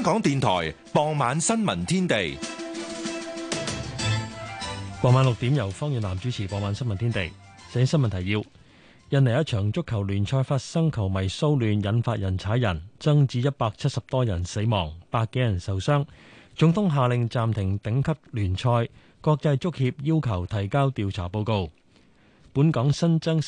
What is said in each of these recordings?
港電台傍晚新聞天地。 傍晚6點由方遠南主持傍晚新聞天地。首先新聞提要：印尼一場足球聯賽發生球迷騷亂，引發人踩人，增至170多人死亡，100幾人受傷。總統下令暫停頂級聯賽，國際足協要求提交調查報告。本港新增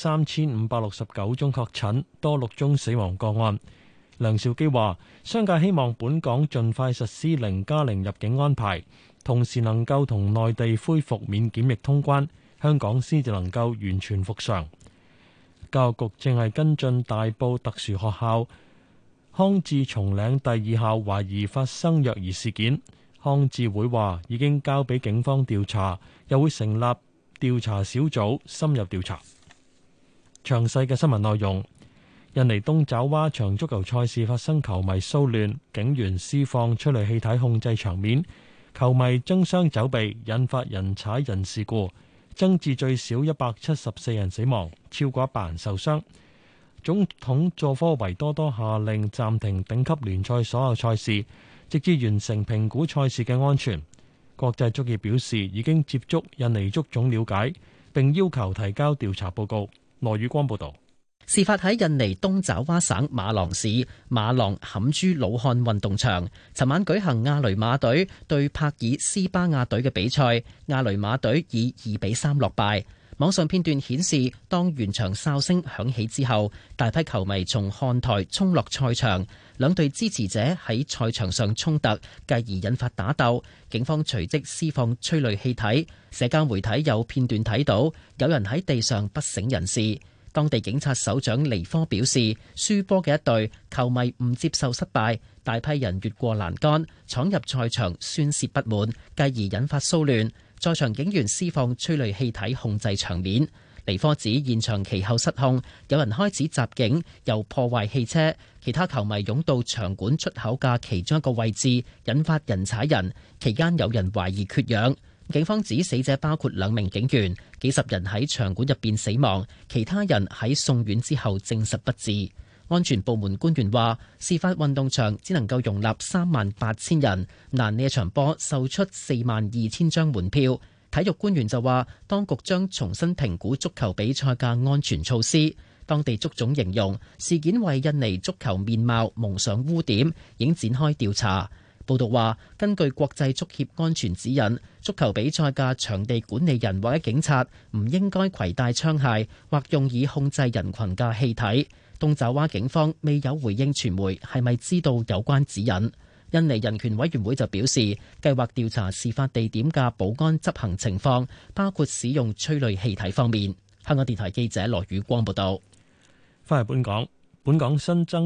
3569宗確診，多6宗死亡個案。梁兆基話：商界希望本港盡快實施0+0入境安排，同時能夠同內地恢復免檢疫通關，香港先至能夠完全復常。教育局正係跟進大埔特殊學校康智松嶺第2校懷疑發生虐兒事件，康智會話已經交俾警方調查，又會成立調查小組深入調查。詳細嘅新聞內容。印尼東爪哇場足球賽事發生球迷騷亂，警員施放催淚氣體控制場面，球迷爭相走避，引發人踩人事故，增至最少174人死亡，超過100人受傷。總統佐科維多多下令暫停頂級聯賽所有賽事，直至完成評估賽事嘅安全。國際足協表示已經接觸印尼足總了解，並要求提交調查報告。羅宇光報道。 事發喺印尼東爪哇省馬郎市馬郎坎珠魯漢運動場，尋晚舉行亞雷馬隊對帕爾斯巴亞隊嘅比賽，亞雷馬隊以2-3落敗。網上片段顯示，當完場哨聲響起之後，大批球迷從看台衝落賽場，兩隊支持者喺賽場上衝突，繼而引發打鬥。警方隨即施放催淚氣體。社交媒體有片段睇到有人喺地上不省人事。當地警察首長尼科表示，輸波嘅一隊球迷唔接受失敗，大批人越過欄杆闖入賽場宣泄不滿，繼而引發騷亂。在場警員施放催淚氣體控制場面。尼科指現場其後失控，有人開始襲警，又破壞汽車，其他球迷湧到場館出口嘅其中一個位置，引發人踩人。期間有人懷疑缺氧。警方指死者包括2名警員，幾十人喺場館入邊死亡，其他人喺送院之後證實不治。安全部門官員話，事發運動場只能夠容納38000人，難呢一場波售出42000張門票。體育官員就話，當局將重新評估足球比賽嘅安全措施。當地足總形容事件為印尼足球面貌蒙上污點，已經展開調查。報道話，根據國際足協安全指引，足球比賽嘅場地管理人或者警察唔應該攜帶槍械或用以控制人群嘅氣體。東爪哇警方未有回應傳媒係咪知道有關指引。印尼人權委員會就表示，計劃調查事發地點嘅保安執行情況，包括使用催淚氣體方面。香港電台記者羅宇光報道。 翻嚟本港新增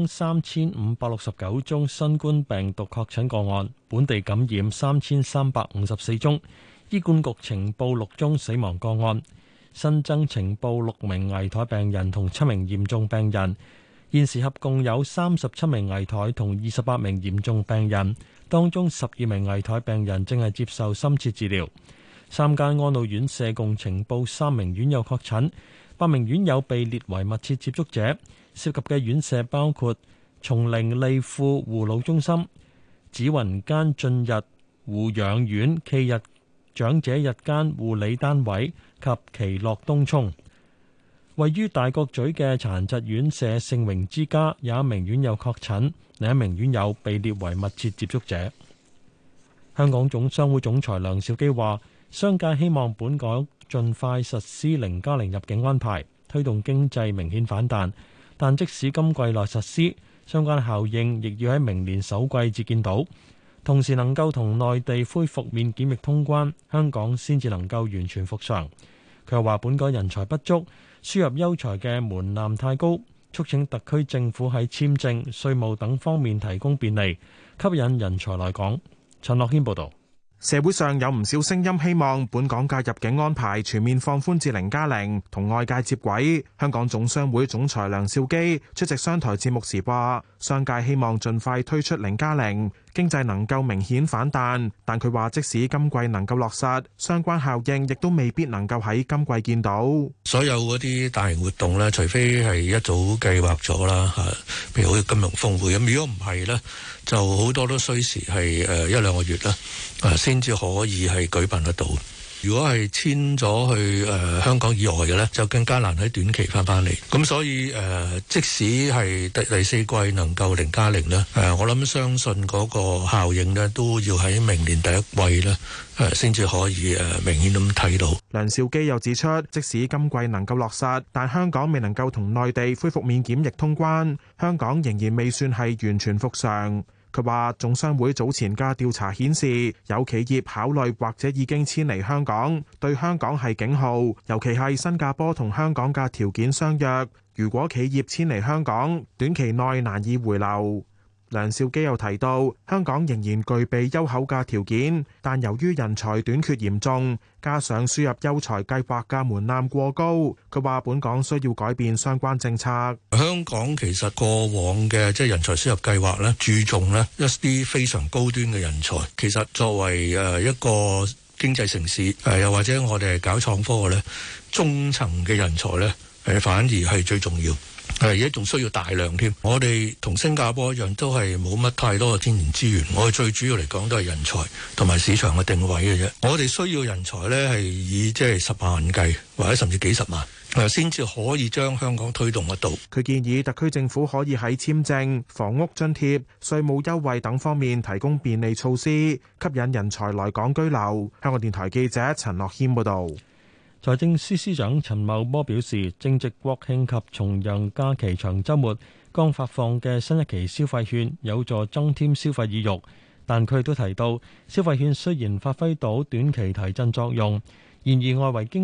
3569宗新冠病毒確診個案，本地感染3354宗。醫管局呈報6宗死亡個案，新增呈報6名危殆病人同7名嚴重病人。現時合共有37名危殆同28名嚴重病人，當中12名危殆病人正係接受深切治療。3間安老院舍共呈報3名院友確診，8名院友被列為密切接觸者。涉及嘅院舍包括松齡利富護老中心、紫雲間進日護養院暨日長者日間護理單位及奇樂東涌。位於大角咀嘅殘疾院舍聖榮之家有1名院友確診，另1名院友被列為密切接觸者。香港總商會總裁梁兆基話，商界希望本港盡快實施0+0入境安排，推動經濟明顯反彈。但即使今季內實施，相關效應亦要喺明年首季至見到。同時能夠同內地恢復免檢疫通關，香港先至能夠完全復常。佢又話：本港人才不足，輸入優才嘅門檻太高，促請特區政府喺簽證、稅務等方面提供便利，吸引人才來港。陳樂軒報導。 社會上有唔少聲音希望本港嘅入境安排全面放寬至0+0，同外界接軌。香港總商會總裁梁兆基出席商台節目時話，商界希望盡快推出0+0， 經濟能夠明顯反彈，但佢話即使今季能夠落實，相關效應亦都未必能夠喺今季見到。 所有嗰啲大型活動咧，除非係一早計劃咗啦，譬如好似金融峰會咁，如果唔係咧，就好多都需時係一兩個月啦，先至可以係舉辦得到。如果係遷咗去香港以外嘅咧，就更加難喺短期翻嚟。咁所以即使係第四季能夠0+0咧，我諗相信嗰個效應咧都要喺明年第一季咧先至可以明顯咁睇到。 梁兆基又指出，即使今季能夠落實，但香港未能夠同內地恢復免檢疫通關，香港仍然未算係完全復常。佢話總商會早前嘅調查顯示，有企業考慮或者已經遷離香港，對香港係警號，尤其係新加坡同香港嘅條件相若，如果企業遷離香港，短期內難以回流。梁兆基又提到，香港仍然具備優厚嘅條件，但由於人才短缺嚴重，加上輸入優才計劃嘅門檻過高，佢話本港需要改變相關政策。 香港其實過往嘅即係人才輸入計劃咧，注重咧一啲非常高端嘅人才。其實作為一個經濟城市，又或者我哋係搞創科嘅咧，中層嘅人才咧，反而係最重要。而家仲需要大量添。我哋同新加坡一樣，都係冇乜太多嘅天然資源。我哋最主要嚟講都係人才同埋市場嘅定位嘅啫。我哋需要人才呢，係以即係10萬計，或者甚至幾十萬，先至可以將香港推動得到。 佢建議特區政府可以喺簽證、房屋津貼、稅務優惠等方面提供便利措施，吸引人才來港居留。香港電台記者陳樂謙報道。 財政司司長陳茂波表示，正值國慶及重陽假期長週末，剛發放嘅新一期消費券有助增添消費意欲。但佢亦都提到，消費券雖然發揮到短期提振作用，然而外圍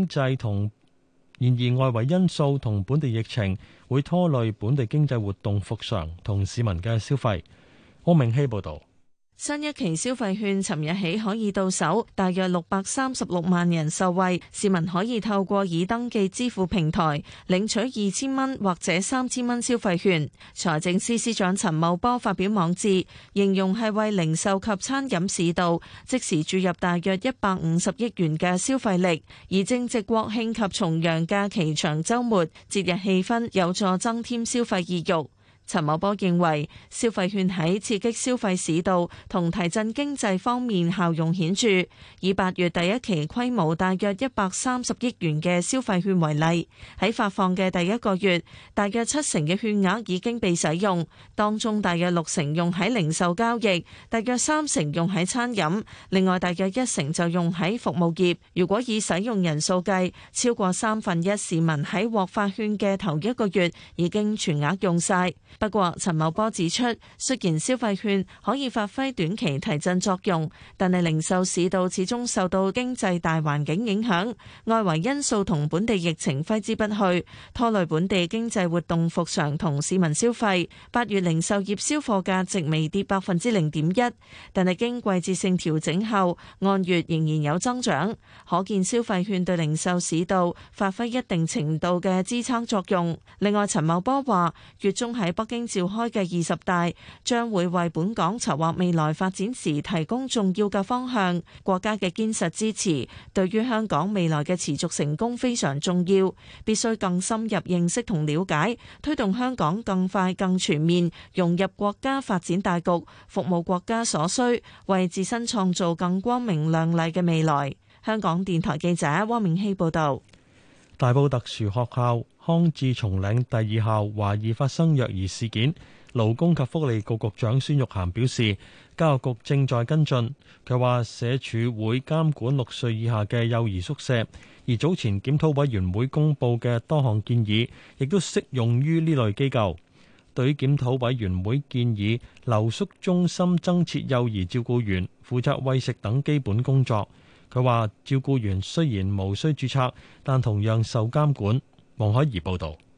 因素同本地疫情會拖累本地經濟活動復常同市民嘅消費。柯明希報導。 新一期消費券尋日起可以到手，大約636萬人受惠。市民可以透過已登記支付平台領取2000蚊或者3000蚊消費券。財政司司長陳茂波發表網誌，形容係為零售及餐飲市道即時注入大約150億元嘅消費力。而正值國慶及重陽假期長週末，節日氣氛有助增添消費意欲。陳茂波認為消費券喺刺激消費市道同提振經濟方面效用顯著。以8月第一期規模大約130億元嘅消費券為例，喺發放嘅第一個月，大約70%嘅券額已經被使用，當中大約60%用喺零售交易，大約30%用喺餐飲，另外大約1%就用喺服務業。如果以使用人數計，超過1/3市民喺獲發券嘅頭一個月已經全額用晒。不過，陳茂波指出，雖然消費券可以發揮短期提振作用，但係零售市道始終受到經濟大環境影響，外圍因素同本地疫情揮之不去，拖累本地經濟活動復常同市民消費。8月零售業銷貨價值微跌0.1%，但係經季節性調整後，按月仍然有增長，可見消費券對零售市道發揮一定程度嘅支撐作用。另外，陳茂波話，月中喺北京召開嘅20大將會為本港籌劃未來發展時提供重要嘅方向，國家嘅堅實支持對於香港未來嘅持續成功非常重要，必須更深入認識同了解，推動香港更快更全面融入國家發展大局，服務國家所需，為自身創造更光明亮麗嘅未來。香港電台記者汪明希報道。 大埔特殊學校康智松嶺第2校懷疑發生虐兒事件，勞工及福利局局長孫玉菡表示，教育局正在跟進。佢話社署會監管6歲以下嘅幼兒宿舍，而早前檢討委員會公佈嘅多項建議，亦都適用於呢類機構。對於檢討委員會建議留宿中心增設幼兒照顧員，負責餵食等基本工作。佢話照顧員雖然無需註冊，但同樣受監管。黃海怡報導。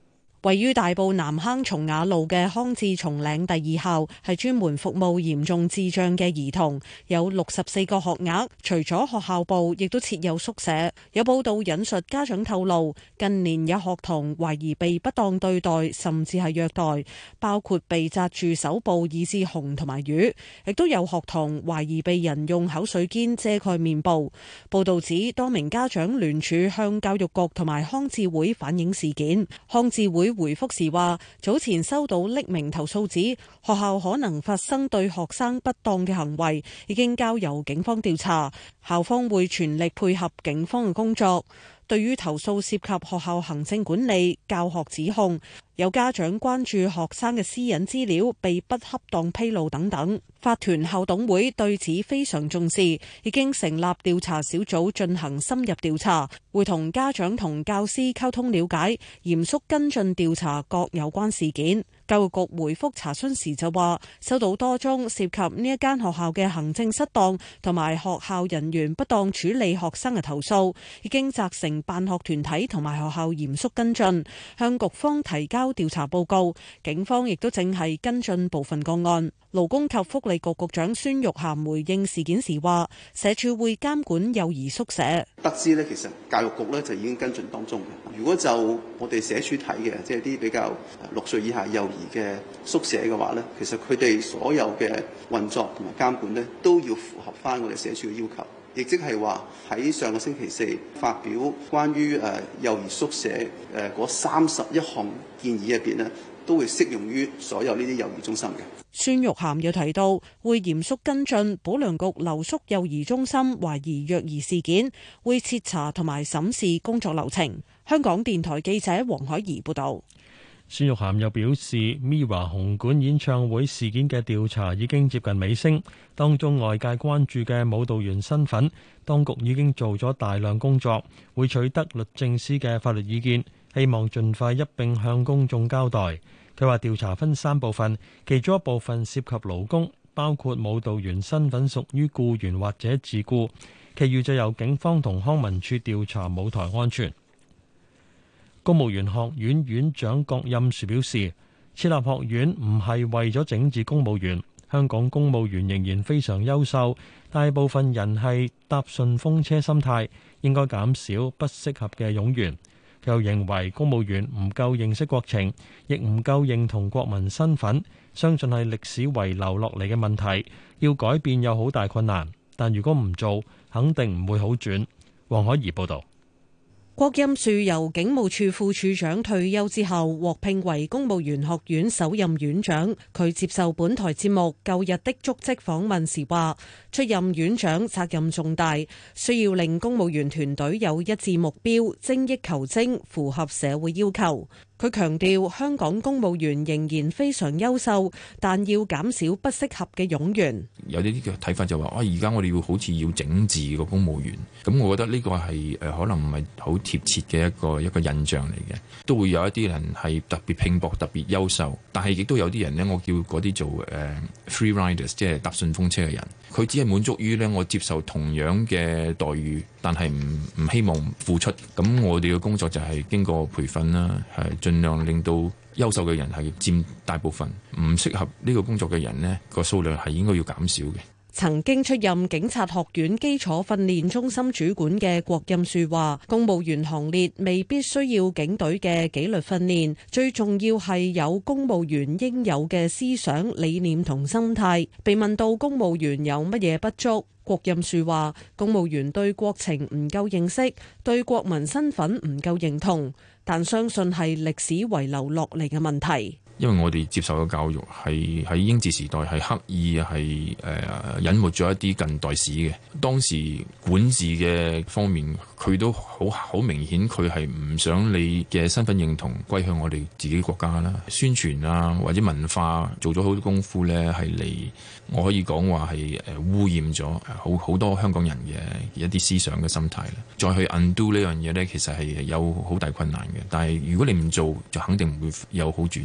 位於大埔南坑松雅路嘅康智松嶺第2校係專門服務嚴重智障嘅兒童，有64個學額。除咗學校部，亦都設有宿舍。有報道引述家長透露，近年有學童懷疑被不當對待，甚至係虐待，包括被紮住手部以致紅同埋瘀，亦都有學童懷疑被人用口水肩遮蓋面部。報道指多名家長聯署向教育局同埋康智會反映事件。康智會回覆時話，早前收到匿名投訴指學校可能發生對學生不當嘅行為，已經交由警方調查，校方會全力配合警方嘅工作。對於投訴涉及學校行政管理、教學指控，有家長關注學生嘅私隱資料被不恰當披露等等。法團校董會對此非常重視，已經成立調查小組進行深入調查，會同家長同教師溝通了解，嚴肅跟進調查各有關事件。教育局回覆查詢時就話，收到多宗涉及呢一間學校嘅行政失當同埋學校人員不當處理學生嘅投訴，已經責成辦學團體同埋學校嚴肅跟進，向局方提交調查報告。警方亦都正係跟進部分個案。勞工及福利局局長孫玉菡回應事件時話，社署會監管幼兒宿舍。 得知呢，其實教育局呢就已經跟進當中嘅。如果就我哋社署睇嘅，即係啲比較6歲以下幼兒嘅宿舍嘅話呢，其實佢哋所有嘅運作同埋監管呢，都要符合翻我哋社署嘅要求。亦即係話喺上個星期4發表關於幼兒宿舍嗰31項建議入邊呢，都會適用於所有呢啲幼兒中心嘅。 孫玉菡又提到，會嚴肅跟進保良局留宿幼兒中心懷疑虐兒事件，會徹查同埋審視工作流程。香港電台記者黃海怡報導。 孫玉菡又表示 ，MIRROR 紅館演唱會事件嘅調查已經接近尾聲，當中外界關注嘅舞蹈員身份，當局已經做咗大量工作，會取得律政司嘅法律意見，希望盡快一並向公眾交代。佢話調查分3部分，其中一部分涉及勞工，包括舞蹈員身份屬於僱員或者自僱，其餘就由警方同康文署調查舞台安全。公務員學院院長郭任樹表示，設立學院唔係為咗整治公務員，香港公務員仍然非常優秀，大部分人係搭順風車心態，應該減少不適合嘅冗員。佢又認為公務員唔夠認識國情，亦唔夠認同國民身份，相信係歷史遺留落嚟嘅問題，要改變有好大困難，但如果唔做，肯定唔會好轉。黃海怡報導。 郭任樹由警務處副處長退休之後，獲聘為公務員學院首任院長。佢接受本台節目《舊日的足跡》訪問時話，出任院長責任重大，需要令公務員團隊有一致目標，精益求精，符合社會要求。佢強調，香港公務員仍然非常優秀，但要減少不適合嘅冗員。 有啲嘅睇法就話，而家我哋好似要整治個公務員，咁我覺得呢個係可能唔係好貼切嘅一個印象嚟嘅。都會有一啲人係特別拼搏、特別優秀，但係亦都有啲人呢，我叫嗰啲做free riders， 即係搭順風車嘅人。佢只係滿足於呢，我接受同樣嘅待遇，但係唔希望付出。咁我哋嘅工作就係經過培訓啦，係盡量令到優秀嘅人係佔大部分，唔適合呢個工作嘅人呢，個數量係應該要減少嘅。 曾經出任警察學院基礎訓練中心主管嘅郭任樹話，公務員行列未必需要警隊嘅紀律訓練，最重要係有公務員應有嘅思想、理念同心態。被問到公務員有乜嘢不足，郭任樹話，公務員對國情唔夠認識，對國民身份唔夠認同，但相信係歷史遺留落嚟嘅問題。 因為我哋接受嘅教育係喺英治時代係刻意係隱沒咗一啲近代史嘅。當時管治嘅方面，佢都好明顯，佢係唔想你嘅身份認同歸向我哋自己國家啦。宣傳啊或者文化做咗好多功夫呢，係嚟我可以講話係污染咗好多香港人嘅一啲思想嘅心態啦。再去 undo 呢樣嘢呢，其實係有好大困難嘅。但係如果你唔做，就肯定唔會有好轉。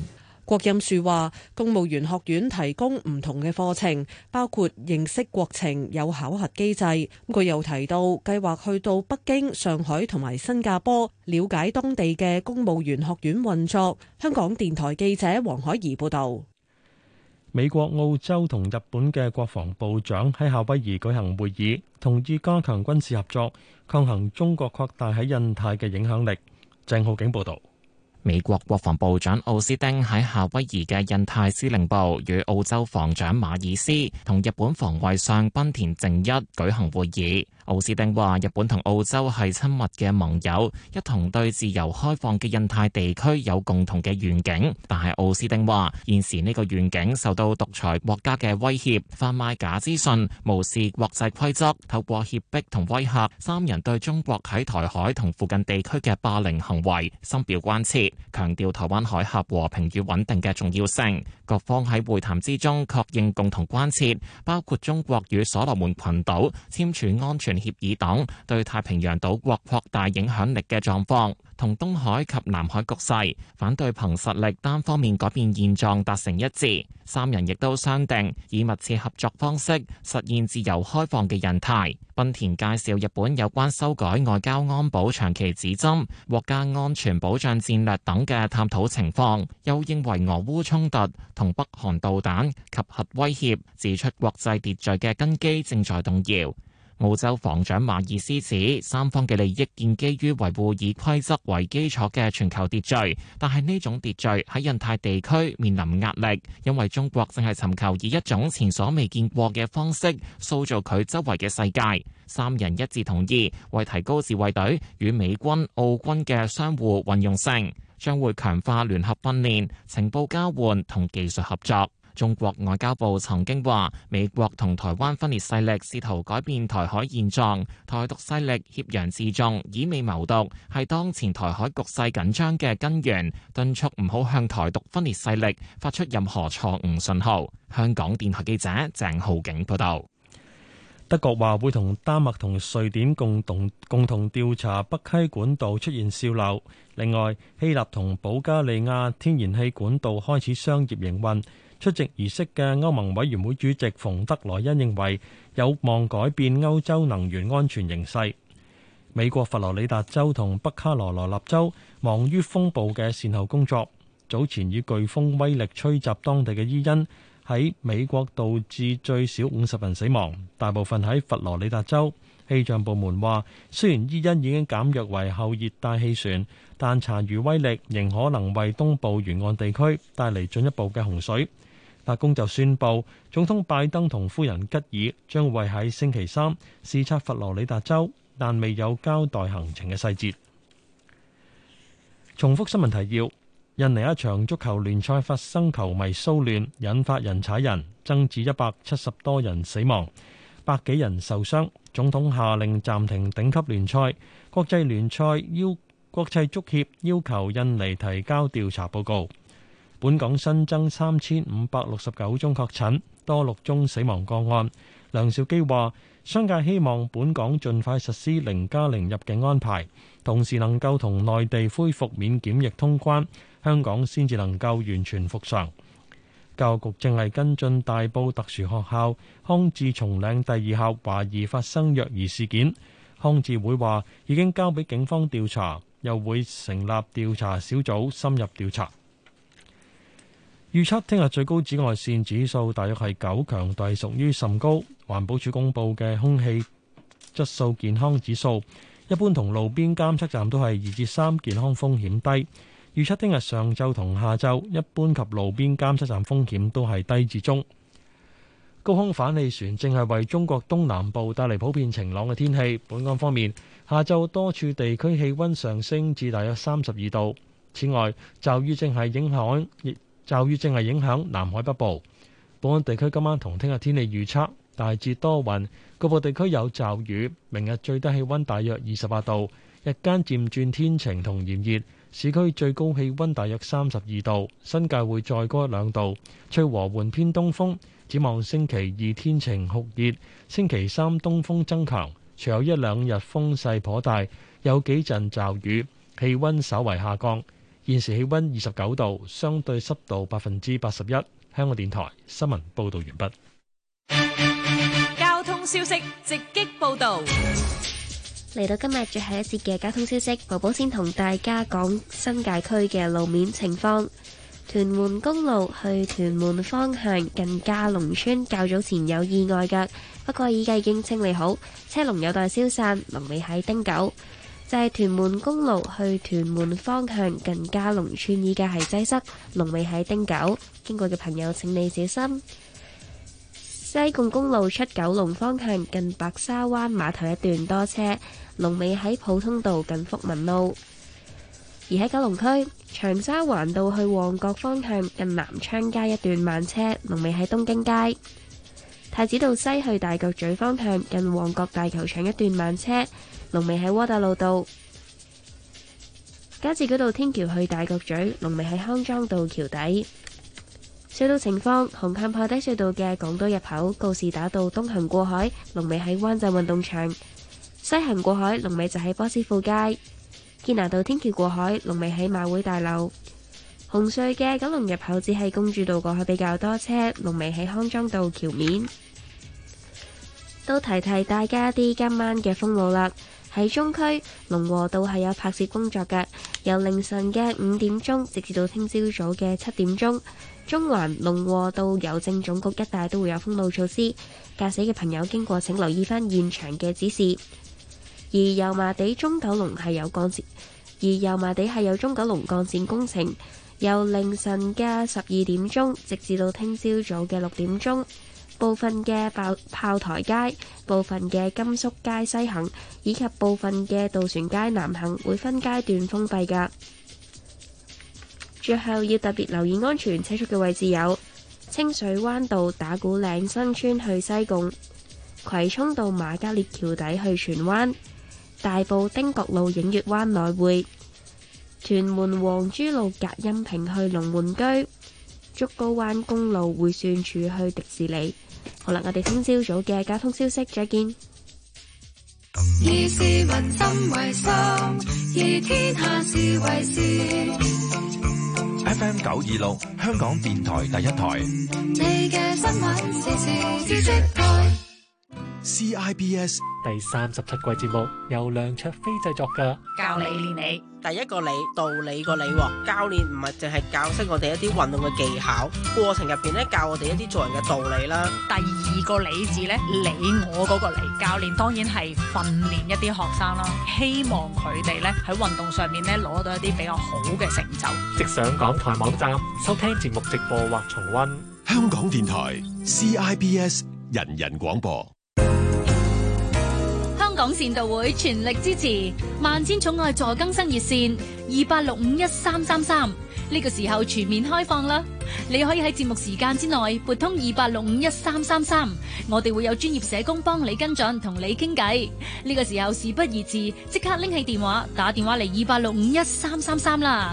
郭蔭庶話，公務員學院提供唔同嘅課程，包括認識國情有考核機制。佢又提到，計劃去到北京、上海同埋新加坡，了解當地嘅公務員學院運作。香港電台記者黃海怡報導。 美國、澳洲同日本嘅國防部長喺夏威夷舉行會議，同意加強軍事合作，抗衡中國擴大喺印太嘅影響力。鄭浩景報導。 美國國防部長奧斯汀喺夏威夷嘅印太司令部與澳洲防長馬爾斯同日本防衛相濱田正一舉行會議。奧斯汀話：日本同澳洲係親密嘅盟友，一同對自由開放嘅印太地區有共同嘅願景。但係奧斯汀話，現時呢個願景受到獨裁國家嘅威脅，販賣假資訊，無視國際規則，透過脅迫同威嚇，三人對中國喺台海同附近地區嘅霸凌行為深表關切，強調台灣海峽和平與穩定嘅重要性。各方喺會談之中確認共同關切，包括中國與所羅門群島簽署安全協議等對太平洋島國擴大影響力嘅狀況，同東海及南海局勢，反對憑實力單方面改變現狀達成一致。三人亦都商定以密切合作方式實現自由開放嘅印太。濱田介紹日本有關修改外交安保長期指針、國家安全保障戰略等嘅探討情況，又認為俄烏衝突同北韓導彈及核威脅，指出國際秩序嘅根基正在動搖。澳洲防長馬爾斯指，三方嘅利益建基於維護以規則為基礎嘅全球秩序，但係呢種秩序喺印太地區面臨壓力，因為中國正係尋求以一種前所未見過嘅方式塑造佢周圍嘅世界。三人一致同意，為提高自衛隊與美軍、澳軍嘅相互運用性，將會強化聯合訓練、情報交換同技術合作。中國外交部曾經話，美國同台灣分裂勢力試圖改變台海現狀，台獨勢力挾洋自重，以美謀獨，係當前台海局勢緊張嘅根源，敦促唔好向台獨分裂勢力發出任何錯誤信號。香港電台記者鄭浩景報道。 德國話會同丹麥同瑞典共同調查北溪管道出現洩漏。另外，希臘同保加利亞天然氣管道開始商業營運。出席儀式嘅歐盟委員會主席馮德萊恩認為有望改變歐洲能源安全形勢。美國佛羅里達州同北卡羅來納州忙於風暴嘅善後工作。早前以颶風威力吹襲當地嘅伊恩喺美國導致最少50人死亡，大部分喺佛羅里達州。氣象部門話，雖然伊恩已經減弱為後熱帶氣旋，但殘餘威力仍可能為東部沿岸地區帶嚟進一步嘅洪水。白宮就宣布，總統拜登同夫人吉爾將會喺星期三視察佛羅里達州，但未有交代行程嘅細節。重複新聞提要：印尼一場足球聯賽發生球迷騷亂，引發人踩人，增至170多人死亡，百幾人受傷。總統下令暫停頂級聯賽。國際足協要求印尼提交調查報告。本港新增3569宗確診，多6宗死亡個案。梁兆基話，商界希望本港盡快實施0+0入境安排，同時能夠同內地恢復免檢疫通關，香港先至能夠完全復常。教育局正係跟進大埔特殊學校康智松嶺第2校懷疑發生虐兒事件，康智會話已經交俾警方調查，又會成立調查小組深入調查。預測聽日最高紫外線指數大約係9，強度屬於甚高。環保署公布嘅空氣質素健康指數，一般同路邊監測站都係2至3，健康風險低。預測聽日上晝同下晝，一般及路邊監測站風險都係低至中。高空反氣旋正係為中國東南部帶嚟普遍晴朗嘅天氣。本港方面，下晝多處地區氣溫上升至大約32度。此外，驟雨正係影響南海北部。本港地區今晚同聽日天氣預測大致多雲，局部地區有驟雨。明日最低氣溫大約28度，日間漸轉天晴同炎熱，市區最高氣溫大約32度，新界會再高1-2度，吹和緩偏東風。展望星期二天晴酷熱，星期三東風增強，隨後1-2日風勢頗大，有幾陣驟雨，氣溫稍為下降。 現時氣溫29度，相對濕度81%。香港電台新聞報道完畢。 交通消息直擊報道。 嚟到今日最後一節嘅交通消息，寶寶先同大家講新界區嘅路面情況。屯門公路去屯門方向近嘉龍村較早前有意外㗎，不過依家已經清理好，車龍有待消散，龍尾喺汀九。就係屯門公路去屯門方向近嘉龍村依家係擠塞，龍尾喺汀九，經過嘅朋友請你小心。西貢公路出九龍方向近白沙灣碼頭一段多車，龍尾喺普通道近福民路。而喺九龍區長沙灣道去旺角方向近南昌街一段慢車，龍尾喺東京街。太子道西去大角咀方向近旺角大球場一段慢車，龍尾喺窩打老道。加士居道天橋去大角咀，龍尾喺康莊道橋底。隧道情況：紅磡海底隧道嘅港島入口告士打道東行過海，龍尾喺灣仔運動場；西行過海，龍尾就喺波斯富街。堅拿道天橋過海，龍尾喺馬會大樓。紅隧嘅九龍入口只係公主道過海比較多車，龍尾喺康莊道橋面。都提提大家啲今晚嘅封路啦。喺中區龍和道係有拍攝工作嘅，由凌晨嘅5點鐘直至到聽朝早嘅7點鐘。中環龍和道郵政總局一帶都會有封路措施，駕駛嘅朋友經過請留意返現場嘅指示。而油麻地中九龍係有鋼線，而油麻地係有中九龍幹線工程，由凌晨嘅12點鐘直至到聽朝早嘅6點鐘。部分嘅炮台街、部分嘅甘肅街西行以及部分嘅渡船街南行會分階段封閉㗎。最後要特別留意安全車速嘅位置有清水灣道打鼓嶺新村去西貢、葵涌道瑪嘉烈橋底去荃灣、大埔汀角路映月灣來回、屯門黃珠路隔音屏去龍門居、竹篙灣公路迴旋處去迪士尼。好啦，我哋聽朝早嘅交通消息，再見。 以市民心為心，以天下事為事。 FM 926，香港電台第一台。 你嘅新聞時事知識台。 CIBS 第37季節目由梁卓飛製作嘅教你練你，第一個理道理個理，教練唔係淨係教識我哋一啲運動嘅技巧，過程入邊咧教我哋一啲做人嘅道理啦。 第二個理字咧，理我嗰個理，教練當然係訓練一啲學生啦，希望佢哋咧喺運動上面咧攞到一啲比較好嘅成就。 直上港台網站收聽節目直播或重溫。 香港電台 CIBS 人人廣播。 香港善導會全力支持萬千寵愛助更生熱線28651333，呢個時候全面開放啦！你可以喺節目時間之內撥通28651333，我哋會有專業社工幫你跟進，同你傾偈。呢個時候事不宜遲，即刻拎起電話打電話嚟28651333啦！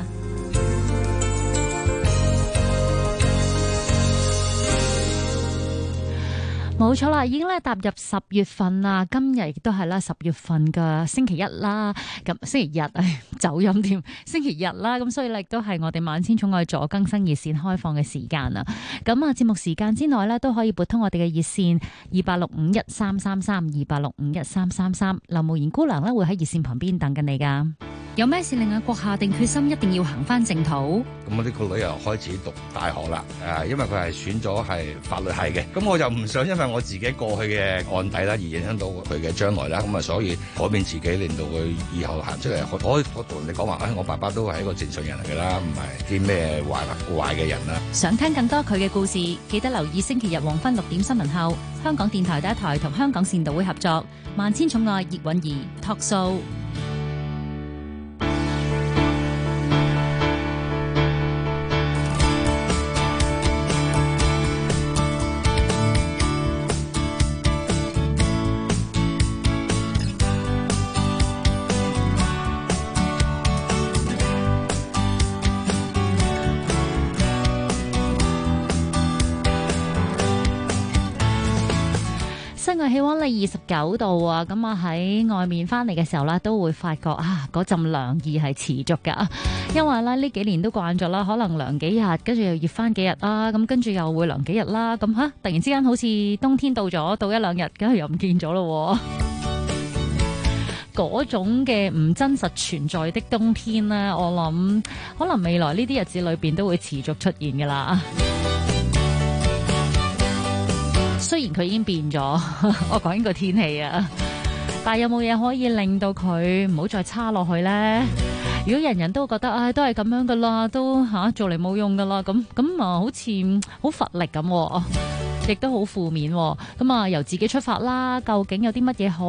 冇錯啦，已經咧踏入10月份啦，今日亦都係啦10月份嘅星期一啦，咁星期日走音添，星期日啦，咁所以咧亦都係我哋萬千寵愛助更生熱線開放嘅時間啦。咁啊節目時間之內咧都可以撥通我哋嘅熱線28651333，28651333，劉慕賢姑娘咧會喺熱線旁邊等緊你噶。有咩事令阿國下定決心一定要行翻正途？ 咁我呢個女又開始讀大學啦，因為佢係選咗係法律系嘅，咁我就唔想因為我自己過去嘅案底啦，而影響到佢嘅將來啦，咁啊所以改變自己，令到佢以後行出嚟，我同你講話，我爸爸都係一個正常人嚟㗎啦，唔係啲咩壞嘅人啦。 想聽更多佢嘅故事，記得留意星期日黃昏6點新聞後，香港電台第一台同香港善導會合作，萬千寵愛葉韻儀 Talk Show。 日氣溫係29度啊，咁啊喺外面翻嚟嘅時候咧，都會發覺啊嗰陣涼意係持續噶，因為咧呢幾年都慣咗啦，可能涼幾日，跟住又熱翻幾日啦，咁跟住又會涼幾日啦，咁突然之間好似冬天到咗，到一兩日，跟住又唔見咗咯。嗰種嘅唔真實存在的冬天呢，我諗可能未來呢啲日子裏邊都會持續出現噶啦。雖然佢已經變咗，我講緊個天氣啊，但係有冇嘢可以令到佢唔好再差落去呢？如果人人都覺得都係咁樣噶啦，都做嚟冇用噶啦，咁好似好乏力咁，亦都好負面。咁由自己出發啦，究竟有啲乜嘢好？